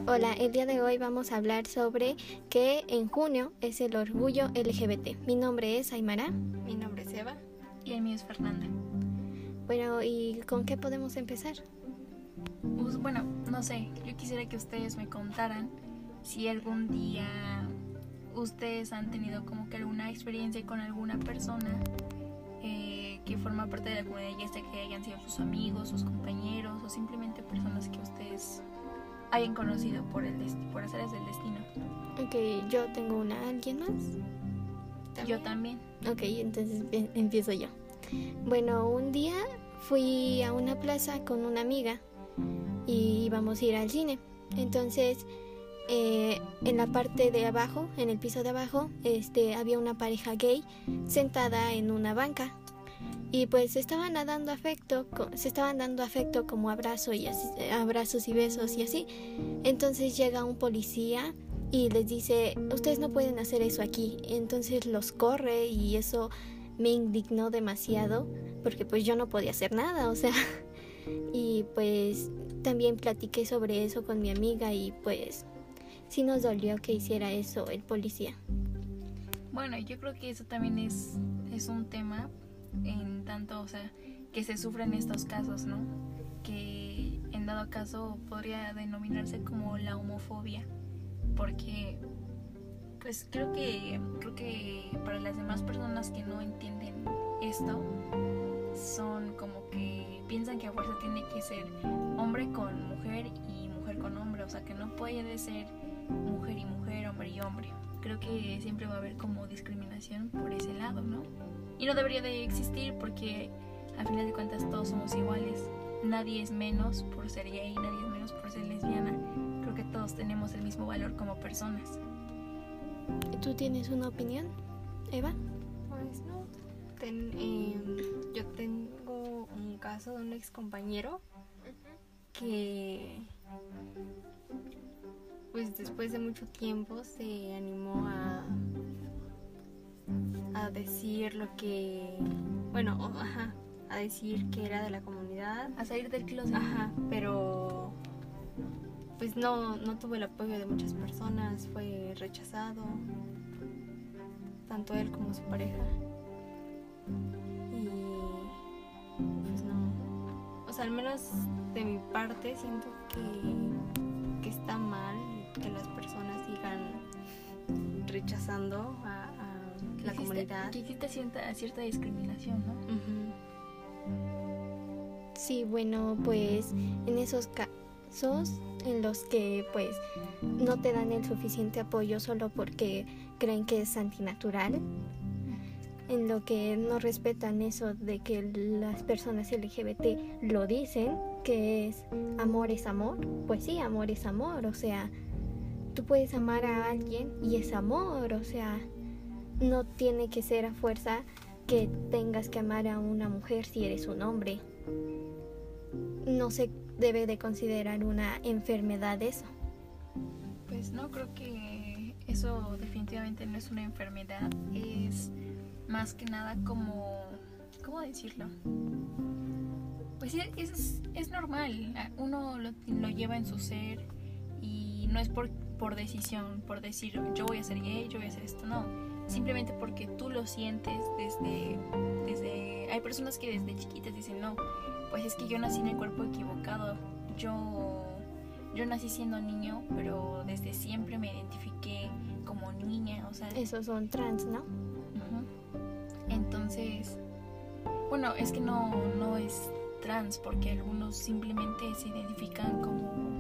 Hola, el día de hoy vamos a hablar sobre que en junio es el orgullo LGBT. Mi nombre es Aymara. Mi nombre es Eva. Y el mío es Fernanda. Bueno, ¿y con qué podemos empezar? Bueno, no sé, yo quisiera que ustedes me contaran si algún día ustedes han tenido como que alguna experiencia con alguna persona que forma parte de la comunidad, ya sea que hayan sido sus amigos, sus compañeros o simplemente personas que ustedes hayan conocido por azares del destino. Ok, yo tengo una. ¿Alguien más? Yo también. Ok, entonces empiezo yo. Bueno, un día fui a una plaza con una amiga y íbamos a ir al cine. Entonces, en la parte de abajo, en el piso de abajo, había una pareja gay sentada en una banca. Y pues se estaban dando afecto como abrazos y besos y así. Entonces llega un policía y les dice, ustedes no pueden hacer eso aquí. Entonces los corre y eso me indignó demasiado porque pues yo no podía hacer nada, o sea. Y pues también platiqué sobre eso con mi amiga y pues sí nos dolió que hiciera eso el policía. Bueno, yo creo que eso también es un tema en tanto, o sea, que se sufren estos casos, ¿no? Que en dado caso podría denominarse como la homofobia, porque pues creo que para las demás personas que no entienden esto, son como que piensan que a fuerza tiene que ser hombre con mujer y mujer con hombre, o sea, que no puede ser mujer y mujer, hombre y hombre. Creo que siempre va a haber como discriminación por ese lado, ¿no? Y no debería de existir porque al final de cuentas todos somos iguales. Nadie es menos por ser gay, nadie es menos por ser lesbiana. Creo que todos tenemos el mismo valor como personas. ¿Tú tienes una opinión, Eva? Pues no. Yo tengo un caso de un ex compañero que pues después de mucho tiempo se animó a decir lo que, a decir que era de la comunidad, A salir del closet. Pero pues no tuvo el apoyo de muchas personas, fue rechazado, tanto él como su pareja. Y pues no, o sea, al menos de mi parte siento que está mal que las personas sigan rechazando a la comunidad. Que existe cierta discriminación, ¿no? Sí, bueno, pues en esos casos en los que pues no te dan el suficiente apoyo solo porque creen que es antinatural, en lo que no respetan eso de que las personas LGBT lo dicen, que es amor, pues sí, amor es amor, o sea, tú puedes amar a alguien y es amor, o sea, no tiene que ser a fuerza que tengas que amar a una mujer si eres un hombre. No se debe de considerar una enfermedad eso. Pues no, creo que eso definitivamente no es una enfermedad, es más que nada como, ¿cómo decirlo? Pues es normal, uno lo lleva en su ser y no es por decisión, por decir yo voy a ser gay, yo voy a hacer esto, no. Simplemente porque tú lo sientes desde hay personas que desde chiquitas dicen no, pues es que yo nací en el cuerpo equivocado, yo nací siendo niño, pero desde siempre me identifiqué como niña, o sea, esos son trans, ¿no? Entonces, bueno, es que no es trans porque algunos simplemente se identifican como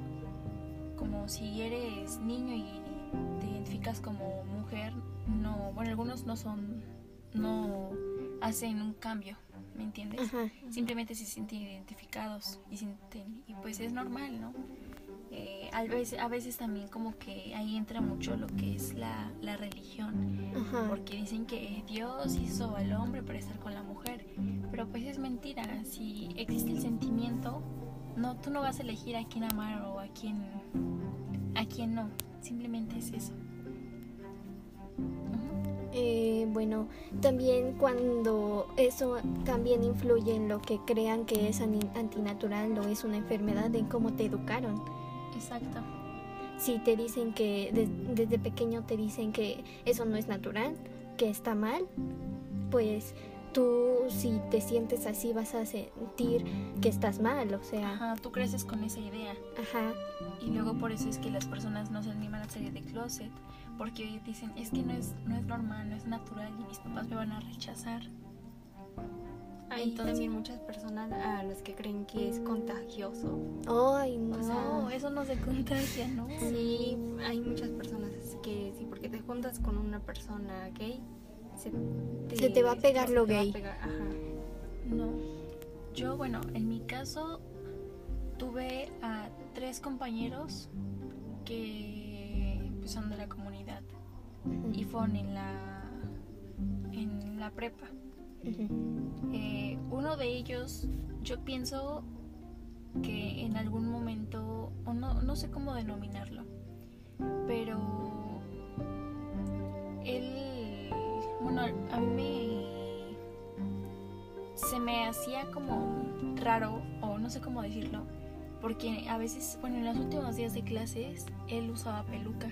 si eres niño y te identificas como mujer. No, bueno, algunos no hacen un cambio, ¿me entiendes? Simplemente se sienten identificados y pues es normal, ¿no? A veces también como que ahí entra mucho lo que es la religión, porque dicen que Dios hizo al hombre para estar con la mujer, pero pues es mentira. Si existe el sentimiento, tú no vas a elegir a quién amar o a quién no, simplemente es eso. Bueno, también cuando eso también influye en lo que crean que es antinatural o es una enfermedad, en cómo te educaron. Exacto. si te dicen que desde pequeño te dicen que eso no es natural, que está mal, pues tú si te sientes así vas a sentir que estás mal, o sea. Ajá, tú creces con esa idea. Ajá. Y luego por eso es que las personas no se animan a salir de closet, porque dicen, es que no es normal, no es natural y mis papás me van a rechazar. Hay Entonces, también muchas personas a las que creen que es contagioso. Ay, no. O sea, no, eso no se contagia, ¿no? Sí, hay muchas personas que sí, porque te juntas con una persona gay, Se te va a pegar lo te va a gay. pegar, ajá. No. Yo, bueno, en mi caso tuve a 3 compañeros que pues, son de la comunidad y fueron en la prepa. Uno de ellos, yo pienso que en algún momento, o no sé cómo denominarlo, pero él, bueno, a mí se me hacía como raro, o no sé cómo decirlo, porque a veces, bueno, en los últimos días de clases, él usaba peluca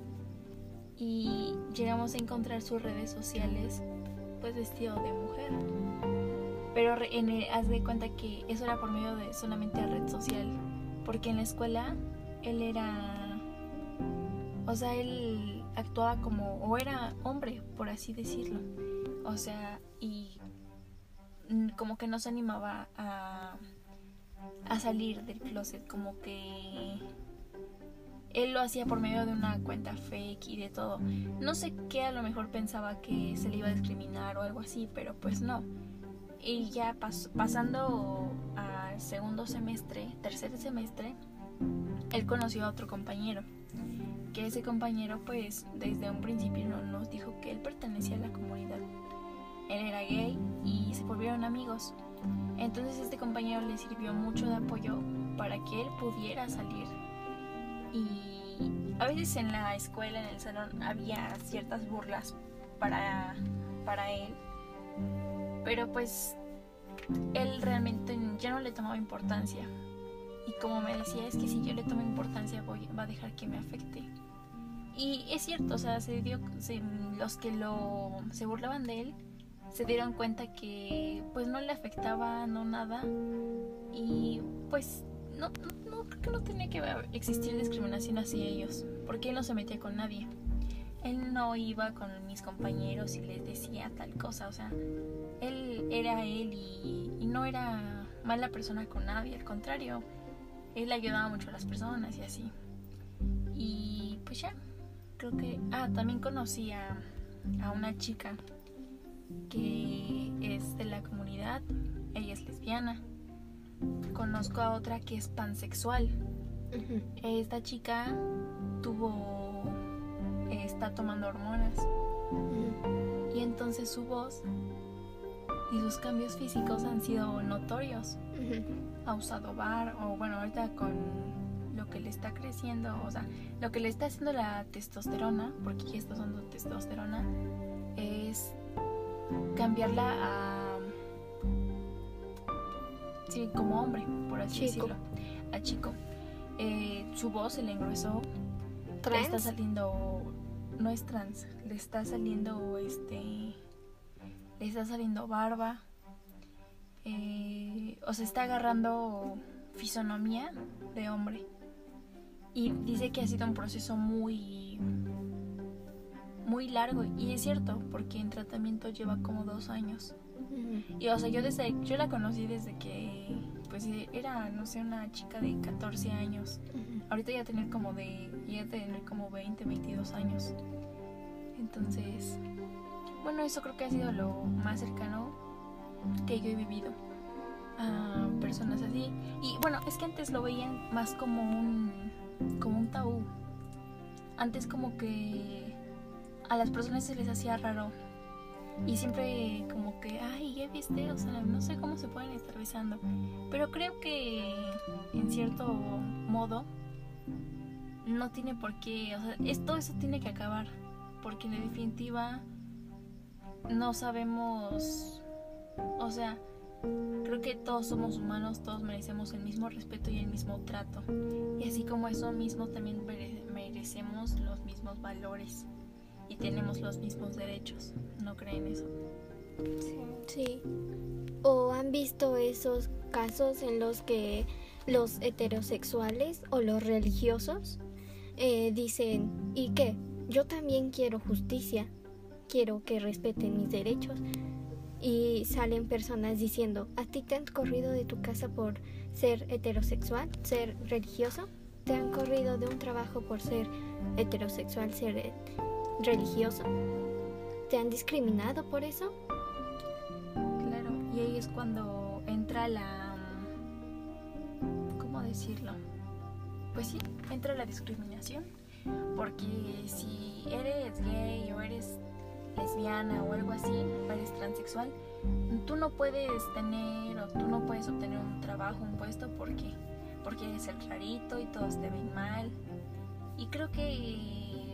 y llegamos a encontrar sus redes sociales pues vestido de mujer, pero haz de cuenta que eso era por medio de solamente red social, porque en la escuela él era, o sea, él actuaba como, o era hombre, por así decirlo, o sea, y como que no se animaba a salir del closet, como que él lo hacía por medio de una cuenta fake y de todo. No sé qué, a lo mejor pensaba que se le iba a discriminar o algo así, pero pues no. Y ya pasando al segundo semestre, tercer semestre, él conoció a otro compañero. Que ese compañero pues desde un principio nos dijo que él pertenecía a la comunidad. Él era gay y se volvieron amigos. Entonces este compañero le sirvió mucho de apoyo para que él pudiera salir. Y a veces en la escuela, en el salón, había ciertas burlas para él, pero pues él realmente ya no le tomaba importancia. Y como me decía, es que si yo le tomo importancia va a dejar que me afecte. Y es cierto, o sea, los que se burlaban de él se dieron cuenta que pues no le afectaba, no nada, y pues no creo que no tenía que existir discriminación hacia ellos, porque él no se metía con nadie. Él no iba con mis compañeros y les decía tal cosa, o sea, él era él y no era mala persona con nadie, al contrario, él ayudaba mucho a las personas y así. Y pues ya, creo que... también conocí a una chica que es de la comunidad, ella es lesbiana. Conozco a otra que es pansexual. Esta chica está tomando hormonas, y entonces su voz y sus cambios físicos han sido notorios. Ha usado o bueno, ahorita con lo que le está creciendo, o sea, lo que le está haciendo la testosterona, porque ya está usando testosterona, es cambiarla sí, como hombre, por así decirlo, a chico. Su voz se le engruesó. Le está saliendo, no es trans, le está saliendo barba, o sea, está agarrando fisonomía de hombre. Y dice que ha sido un proceso muy muy largo, y es cierto, porque en tratamiento lleva como 2 años. Y o sea, yo la conocí desde que pues era, no sé, una chica de 14 años. Ahorita ya tener como 20, 22 años. Entonces, bueno, eso creo que ha sido lo más cercano que yo he vivido a personas así. Y bueno, es que antes lo veían más como un tabú. Antes como que a las personas se les hacía raro. Y siempre como que, ay, ¿ya viste? O sea, no sé cómo se pueden estar besando. Pero creo que en cierto modo no tiene por qué, o sea, todo eso tiene que acabar. Porque en definitiva no sabemos, o sea, Creo que todos somos humanos, todos merecemos el mismo respeto y el mismo trato. Y así como eso mismo, también merecemos los mismos valores y tenemos los mismos derechos. ¿No creen eso? Sí. ¿O han visto esos casos en los que los heterosexuales o los religiosos dicen, ¿y qué? Yo también quiero justicia, quiero que respeten mis derechos? Y salen personas diciendo, ¿a ti te han corrido de tu casa por ser heterosexual, ser religioso? ¿Te han corrido de un trabajo por ser heterosexual, ser religioso? ¿Te han discriminado por eso? Claro, y ahí es cuando entra la... ¿cómo decirlo? Pues sí, entra la discriminación. Porque si eres gay o eres lesbiana o algo así, o eres transexual, tú no puedes tener o tú no puedes obtener un trabajo, un puesto, porque eres el rarito y todos te ven mal. Y creo que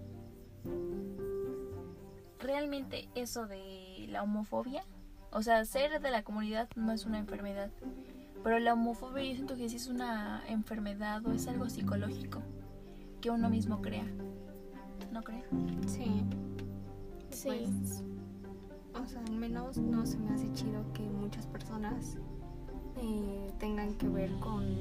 realmente eso de la homofobia, o sea, ser de la comunidad no es una enfermedad, pero la homofobia yo siento que sí es una enfermedad o es algo psicológico que uno mismo crea. ¿No crees? Sí. Sí. Pues, o sea, al menos no se me hace chido que muchas personas tengan que ver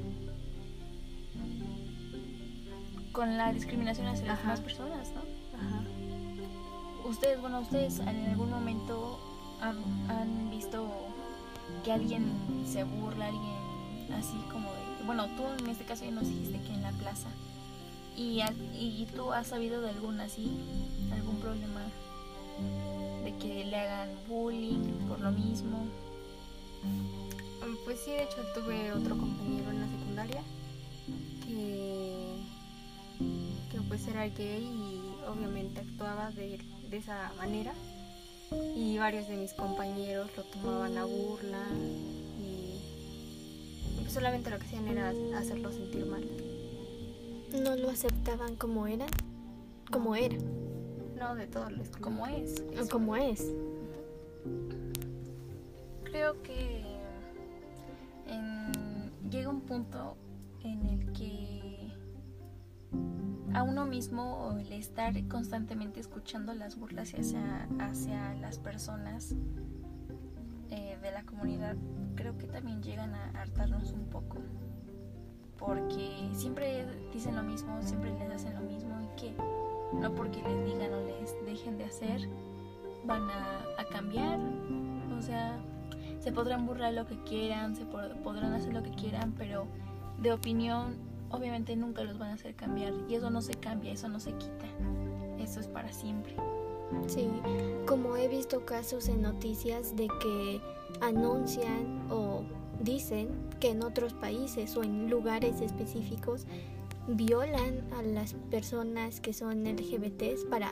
con la discriminación hacia las Ajá. demás personas, ¿no? Ajá. Ustedes en algún momento han visto que alguien se burla, alguien así como de... Bueno, tú en este caso ya nos dijiste que en la plaza. ¿Y tú has sabido de algún así, algún problema de que le hagan bullying por lo mismo? Pues sí, de hecho tuve otro compañero en la secundaria que pues era gay y obviamente actuaba de esa manera, y varios de mis compañeros lo tomaban a burla y pues solamente lo que hacían era hacerlo sentir mal. ¿No lo aceptaban como era? Como era, No, de todo lo excluían. ¿Cómo es? o como es. Creo que llega un punto en el que a uno mismo el estar constantemente escuchando las burlas hacia las personas de la comunidad, creo que también llegan a hartarnos un poco, porque siempre dicen lo mismo, siempre les hacen lo mismo, y que no porque les digan o les dejen de hacer van a cambiar. O sea, se podrán burlar lo que quieran, podrán hacer lo que quieran, pero de opinión obviamente nunca los van a hacer cambiar, y eso no se cambia, eso no se quita, eso es para siempre. Sí, como he visto casos en noticias de que anuncian o dicen que en otros países o en lugares específicos violan a las personas que son LGBTs para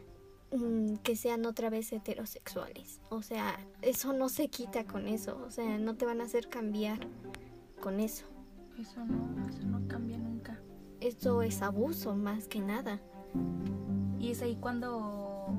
que sean otra vez heterosexuales. O sea, eso no se quita con eso, o sea, no te van a hacer cambiar con eso. Eso no cambia nunca. Eso es abuso más que nada. Y es ahí cuando,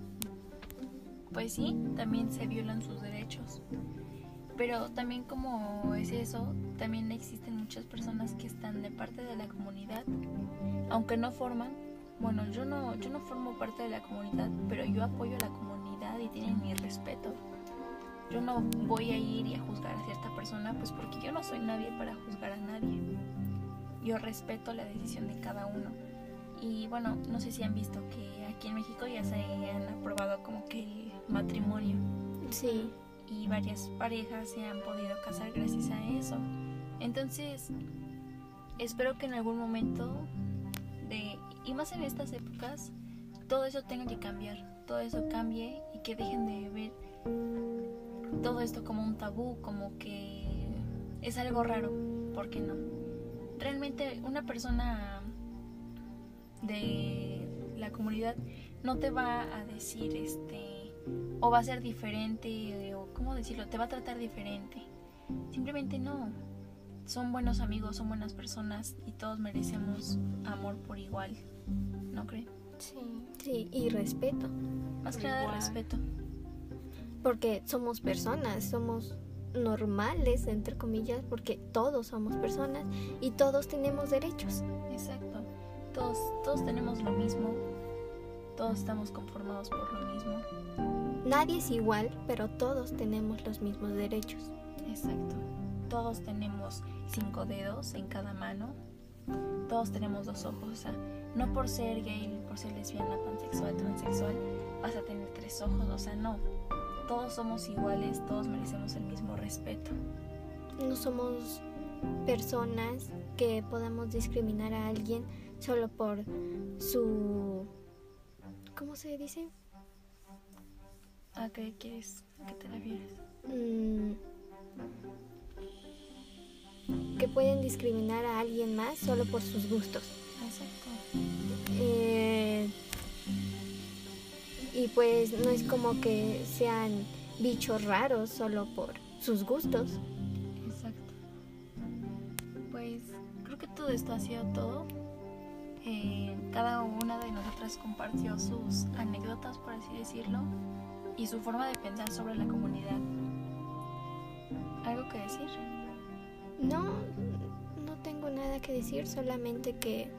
pues sí, también se violan sus derechos. Pero también como es eso, también existen muchas personas que están de parte de la comunidad, aunque no forman. Bueno, yo no formo parte de la comunidad, pero yo apoyo a la comunidad y tienen mi respeto. Yo no voy a ir y a juzgar a cierta persona, pues porque yo no soy nadie para juzgar a nadie. Yo respeto la decisión de cada uno. Y bueno, no sé si han visto que aquí en México ya se han aprobado como que el matrimonio. Sí. Y varias parejas se han podido casar gracias a eso. Entonces, espero que en algún momento, y más en estas épocas, todo eso tenga que cambiar. Todo eso cambie y que dejen de ver todo esto como un tabú, como que es algo raro. ¿Por qué no? Realmente una persona de la comunidad no te va a decir o va a ser diferente, o cómo decirlo, te va a tratar diferente. Simplemente no. Son buenos amigos, son buenas personas y todos merecemos amor por igual. ¿No creen? Sí, y respeto. Más que nada respeto. Porque somos personas, somos normales, entre comillas, porque todos somos personas y todos tenemos derechos. Exacto. Todos tenemos lo mismo. Todos estamos conformados por lo mismo. Nadie es igual, pero todos tenemos los mismos derechos. Exacto. Todos tenemos 5 dedos en cada mano. Todos tenemos 2 ojos. O sea, no por ser gay, por ser lesbiana, pansexual, transexual, vas a tener 3 ojos. O sea, no. Todos somos iguales, todos merecemos el mismo respeto. No somos personas que podamos discriminar a alguien solo por su... ¿Cómo se dice? ¿A qué quieres? ¿A qué te refieres? Que pueden discriminar a alguien más solo por sus gustos. Exacto. Y pues no es como que sean bichos raros solo por sus gustos. Exacto. Pues creo que todo esto ha sido todo. Cada una de nosotras compartió sus anécdotas, por así decirlo, y su forma de pensar sobre la comunidad. ¿Algo que decir? No tengo nada que decir, solamente que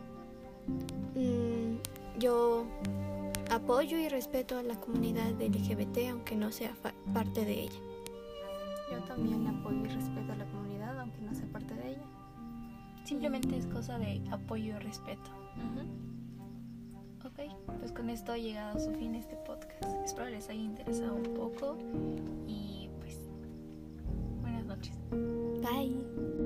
yo apoyo y respeto a la comunidad LGBT, aunque no sea parte de ella. Yo también apoyo y respeto a la comunidad, aunque no sea parte de ella. Simplemente es cosa de apoyo y respeto. Ok, pues con esto ha llegado a su fin este podcast. Espero les haya interesado un poco y pues buenas noches. Bye.